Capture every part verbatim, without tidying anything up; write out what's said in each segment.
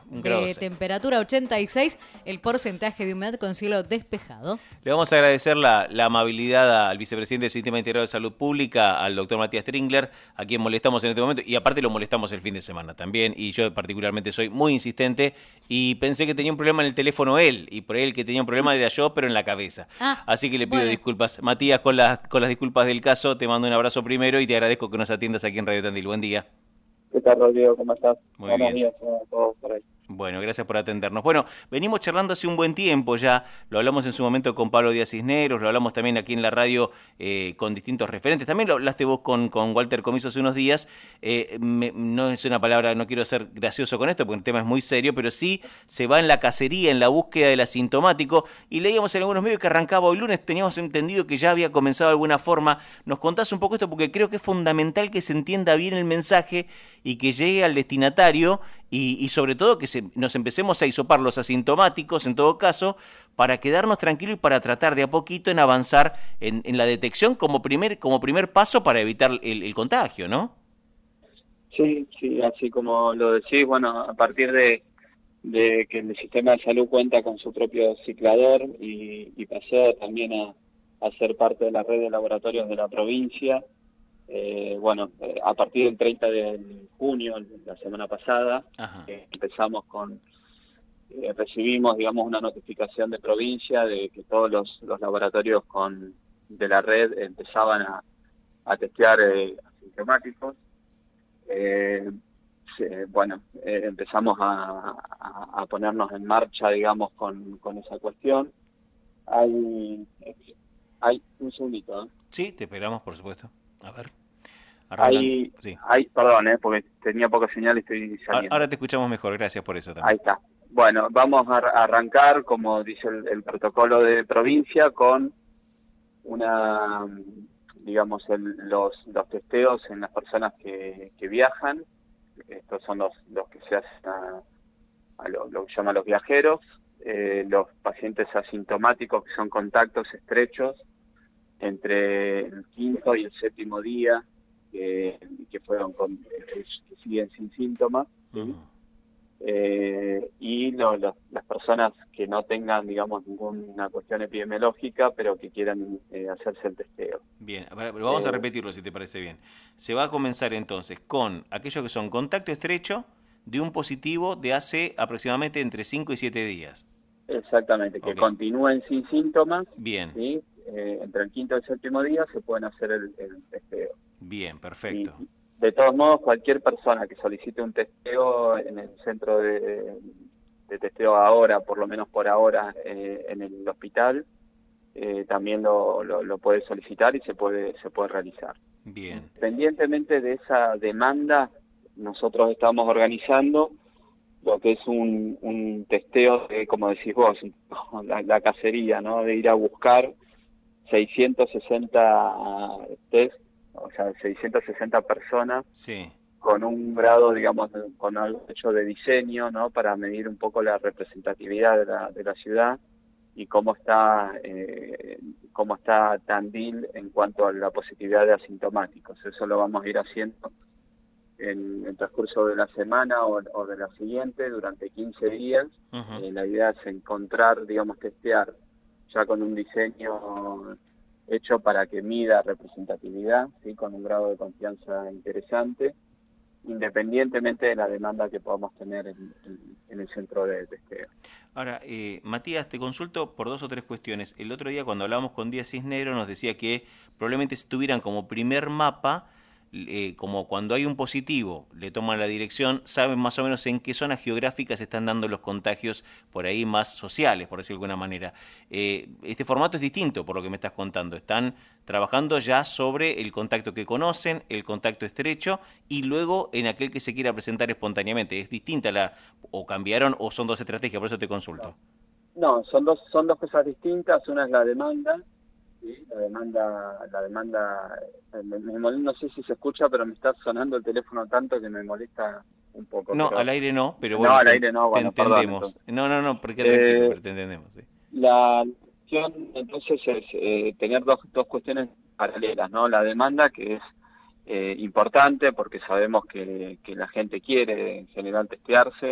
Un grado de seis. temperatura ochenta y seis, el porcentaje de humedad con cielo despejado. Le vamos a agradecer la, la amabilidad al vicepresidente del Sistema Integrado de Salud Pública, al doctor Matías Stringler, a quien molestamos en este momento, y aparte lo molestamos el fin de semana también, y yo particularmente soy muy insistente, y pensé que tenía un problema en el teléfono él, y por él que tenía un problema era yo, pero en la cabeza. Ah, Así que le pido bueno. disculpas. Matías, con las, con las disculpas del caso, te mando un abrazo primero y te agradezco que nos atiendas aquí en Radio Tandil. Buen día. ¿Qué tal, Rodrigo? ¿Cómo estás? Muy Buenos bien. días a todos por ahí. Bueno, gracias por atendernos. Bueno, venimos charlando hace un buen tiempo ya, lo hablamos en su momento con Pablo Díaz Cisneros, lo hablamos también aquí en la radio eh, con distintos referentes, también lo hablaste vos con, con Walter Comiso hace unos días, eh, me, no es una palabra, no quiero ser gracioso con esto porque el tema es muy serio, pero sí se va en la cacería, en la búsqueda del asintomático, y leíamos en algunos medios que arrancaba hoy lunes, teníamos entendido que ya había comenzado de alguna forma. Nos contás un poco esto porque creo que es fundamental que se entienda bien el mensaje y que llegue al destinatario. Y, y sobre todo que se, nos empecemos a hisopar los asintomáticos, en todo caso, para quedarnos tranquilos y para tratar de a poquito en avanzar en, en la detección como primer, como primer paso para evitar el, el contagio, ¿no? Sí, sí, así como lo decís, bueno, a partir de, de que el sistema de salud cuenta con su propio ciclador y, y pasó también a, a ser parte de la red de laboratorios de la provincia. Eh, bueno, eh, a partir del treinta de junio, la semana pasada, eh, empezamos con, eh, recibimos, digamos, una notificación de provincia de que todos los, los laboratorios con de la red empezaban a, a testear eh, asintomáticos. Eh, se, bueno, eh, empezamos a, a, a ponernos en marcha, digamos, con, con esa cuestión. Hay, hay un segundito, ¿eh? Sí, te esperamos, por supuesto. A ver. Hay, sí. hay, perdón, eh, porque tenía poca señal y estoy saliendo. Ahora te escuchamos mejor, gracias por eso también. Ahí está. Bueno, vamos a arrancar, como dice el, el protocolo de provincia, con una, digamos, el, los, los testeos en las personas que, que viajan. Estos son los, los que se hacen a, a lo, lo que llaman los viajeros, eh, los pacientes asintomáticos, que son contactos estrechos entre el quinto y el séptimo día, que, que fueron con, que, que siguen sin síntomas, ¿sí? Uh-huh. eh, y lo, lo, las personas que no tengan, digamos, ninguna cuestión epidemiológica, pero que quieran eh, hacerse el testeo. Bien, vamos eh, a repetirlo si te parece bien. Se va a comenzar entonces con aquellos que son contacto estrecho de un positivo de hace aproximadamente entre cinco y siete días. Exactamente, que okay. continúen sin síntomas. Bien. ¿Sí? Eh, entre el quinto y el séptimo día se pueden hacer el, el testeo. Bien, perfecto. Y, de todos modos, cualquier persona que solicite un testeo en el centro de, de testeo ahora, por lo menos por ahora, eh, en el hospital, eh, también lo, lo, lo puede solicitar y se puede, se puede realizar. Bien. Independientemente de esa demanda, nosotros estamos organizando lo que es un, un testeo, de, como decís vos, la, la cacería, ¿no? De ir a buscar seiscientos sesenta test, o sea, seiscientas sesenta personas, sí, con un grado, digamos, de, con algo hecho de diseño, ¿no? Para medir un poco la representatividad de la, de la ciudad y cómo está eh, cómo está Tandil en cuanto a la positividad de asintomáticos. Eso lo vamos a ir haciendo en el transcurso de la semana o, o de la siguiente, durante quince días. Uh-huh. Eh, la idea es encontrar, digamos, testear ya con un diseño hecho para que mida representatividad, ¿sí? Con un grado de confianza interesante, independientemente de la demanda que podamos tener en, en, en el centro de testeo. Ahora, eh, Matías, te consulto por dos o tres cuestiones. El otro día cuando hablábamos con Díaz Cisneros nos decía que probablemente estuvieran como primer mapa, eh, como cuando hay un positivo, le toman la dirección, saben más o menos en qué zonas geográficas están dando los contagios por ahí más sociales, por decirlo de alguna manera. Eh, este formato es distinto por lo que me estás contando. Están trabajando ya sobre el contacto que conocen, el contacto estrecho y luego en aquel que se quiera presentar espontáneamente. ¿Es distinta la, o cambiaron o son dos estrategias? Por eso te consulto. No, no son dos son dos cosas distintas. Una es la demanda. Sí, la demanda, la demanda, me, me, no sé si se escucha, pero me está sonando el teléfono tanto que me molesta un poco. No, pero, al aire no, pero bueno, no, al te, aire no, bueno, te entendemos. Perdón, no, no, no, porque tranquilo, eh, pero te entendemos. Sí. La cuestión entonces es eh, tener dos, dos cuestiones paralelas, ¿no? La demanda, que es eh, importante porque sabemos que, que la gente quiere en general testearse,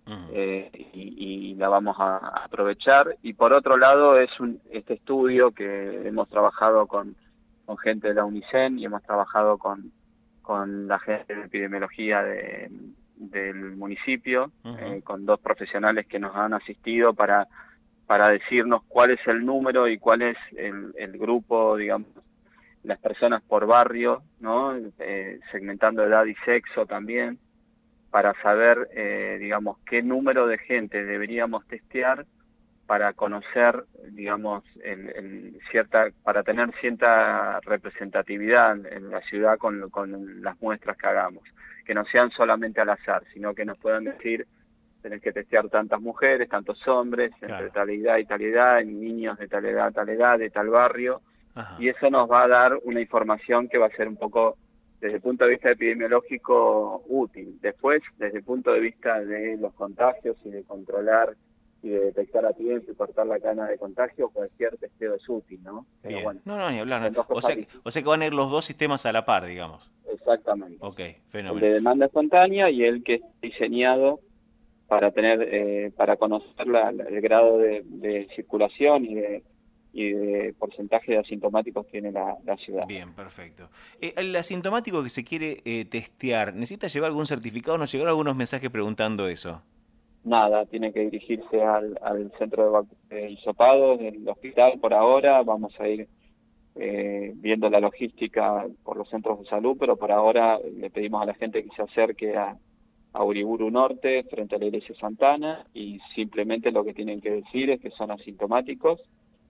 uh-huh. eh, y, y la vamos a, a aprovechar. Y por otro lado es un, este estudio que hemos trabajado con, con gente de la UNICEN y hemos trabajado con, con la gente de epidemiología de, del municipio, uh-huh. eh, con dos profesionales que nos han asistido para, para decirnos cuál es el número y cuál es el, el grupo, digamos, las personas por barrio, ¿no? Eh, segmentando edad y sexo también, para saber, eh, digamos, qué número de gente deberíamos testear para conocer, digamos, en, en cierta, para tener cierta representatividad en la ciudad con, con las muestras que hagamos, que no sean solamente al azar, sino que nos puedan decir, tenés que testear tantas mujeres, tantos hombres, claro, entre tal edad y tal edad, en niños de tal edad, tal edad, de tal barrio. Ajá. Y eso nos va a dar una información que va a ser un poco, desde el punto de vista epidemiológico, útil. Después, desde el punto de vista de los contagios y de controlar y de detectar a tiempo y cortar la cadena de contagio, cualquier testeo es útil, ¿no? Pero bien. Bueno, no, no, ni hablar. No. O sea, o sea que van a ir los dos sistemas a la par, digamos. Exactamente. Ok, fenómeno. El de demanda espontánea y el que es diseñado para tener, eh, para conocer la, la, el grado de, de circulación y de y de porcentaje de asintomáticos tiene la, la ciudad. Bien, perfecto. Eh, el asintomático que se quiere eh, testear, ¿necesita llevar algún certificado? ¿Nos llegaron algunos mensajes preguntando eso? Nada, tiene que dirigirse al, al centro de, de hisopado del hospital por ahora. Vamos a ir eh, viendo la logística por los centros de salud, pero por ahora le pedimos a la gente que se acerque a, a Uriburu Norte, frente a la iglesia Santana, y simplemente lo que tienen que decir es que son asintomáticos.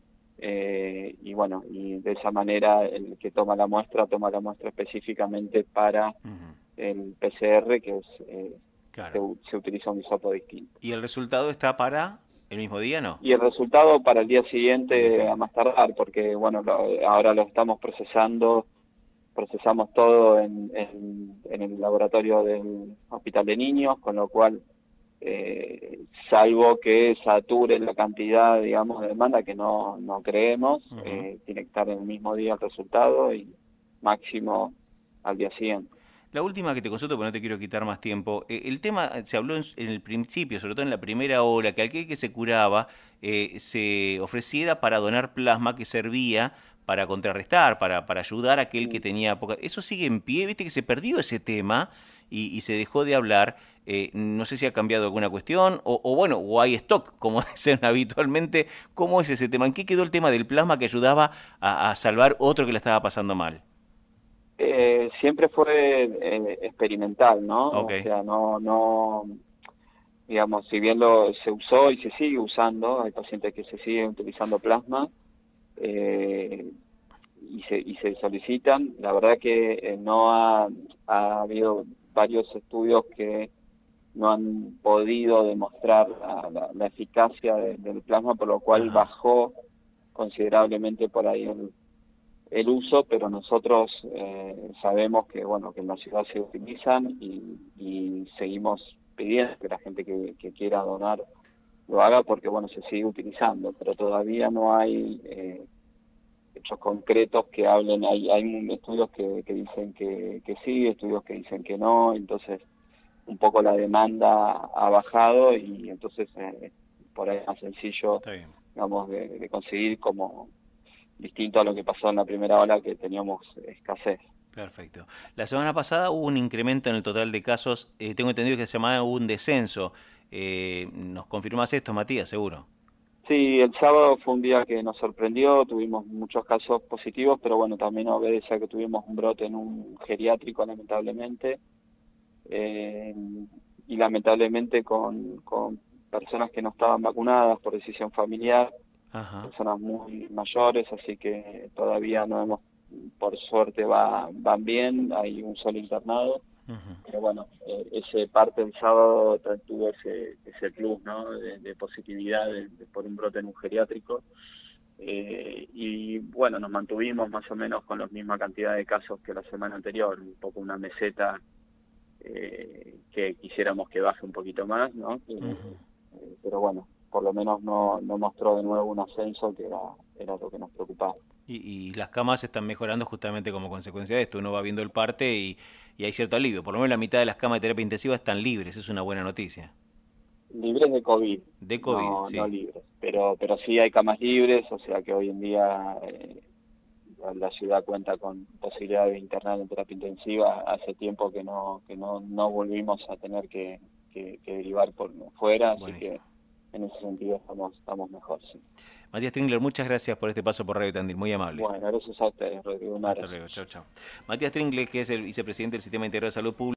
Eh, y bueno, y de esa manera el que toma la muestra, toma la muestra específicamente para uh-huh. el P C R, que es eh, claro. se, se utiliza un hisopo distinto. ¿Y el resultado está para el mismo día, no? Y el resultado para el día siguiente, el día siguiente. a más tardar, porque bueno, lo, ahora lo estamos procesando, procesamos todo en, en, en el laboratorio del Hospital de Niños, con lo cual Eh, salvo que sature la cantidad, digamos, de demanda, que no, no creemos, uh-huh. eh, tiene que estar en el mismo día el resultado y máximo al día siguiente. La última que te consulto, porque no te quiero quitar más tiempo, eh, el tema se habló en, en el principio, sobre todo en la primera hora, que aquel que se curaba eh, se ofreciera para donar plasma que servía para contrarrestar, para, para ayudar a aquel sí. que tenía poca... ¿Eso sigue en pie? ¿Viste que se perdió ese tema y, y se dejó de hablar? Eh, no sé si ha cambiado alguna cuestión, o, o bueno, o hay stock, como dicen habitualmente. ¿Cómo es ese tema? ¿En qué quedó el tema del plasma que ayudaba a, a salvar otro que le estaba pasando mal? Eh, siempre fue eh, experimental, ¿no? Okay. O sea, no, no, digamos, si bien lo se usó y se sigue usando, hay pacientes que se siguen utilizando plasma, eh, y se y se solicitan. La verdad que eh, no ha, ha habido varios estudios que no han podido demostrar la, la, la eficacia de, del plasma, por lo cual Ajá. bajó considerablemente por ahí el, el uso, pero nosotros eh, sabemos que bueno que en la ciudad se utilizan y, y seguimos pidiendo que la gente que, que quiera donar lo haga, porque bueno se sigue utilizando, pero todavía no hay eh, hechos concretos que hablen. Hay, hay estudios que, que dicen que, que sí, estudios que dicen que no, entonces un poco la demanda ha bajado y entonces eh, por ahí es más sencillo, digamos, de, de conseguir, como distinto a lo que pasó en la primera ola, que teníamos escasez. Perfecto. La semana pasada hubo un incremento en el total de casos, eh, tengo entendido que la semana hubo un descenso. Eh, ¿Nos confirmás esto, Matías, seguro? Sí, el sábado fue un día que nos sorprendió, tuvimos muchos casos positivos, pero bueno, también obedece a que tuvimos un brote en un geriátrico, lamentablemente, eh, y lamentablemente con, con personas que no estaban vacunadas por decisión familiar, Ajá. personas muy mayores, así que todavía no hemos, por suerte va, van bien, hay un solo internado. Uh-huh. Pero bueno, eh, ese parte del sábado tuvo ese, ese plus, ¿no? de, de positividad de, de, por un brote en un geriátrico, eh, y bueno, nos mantuvimos más o menos con la misma cantidad de casos que la semana anterior, un poco una meseta eh, que quisiéramos que baje un poquito más, ¿no? Uh-huh. eh, pero bueno, por lo menos no, no mostró de nuevo un ascenso, que era, era lo que nos preocupaba. Y, y las camas están mejorando justamente como consecuencia de esto. Uno va viendo el parte y, y hay cierto alivio. Por lo menos la mitad de las camas de terapia intensiva están libres. Es una buena noticia. libres de COVID. De COVID, no, sí. no libres, pero pero sí hay camas libres, o sea que hoy en día eh, la ciudad cuenta con posibilidad de internar en terapia intensiva. Hace tiempo que no que no, no volvimos a tener que, que, que derivar por fuera, así Buenísimo. que en ese sentido estamos estamos mejor, sí. Matías Tringler, muchas gracias por este paso por Radio Tandil, muy amable. Bueno, gracias a ustedes, Rodrigo. Un Hasta abrazo. luego, chao, chao. Matías Tringler, que es el vicepresidente del Sistema Integrado de Salud Pública.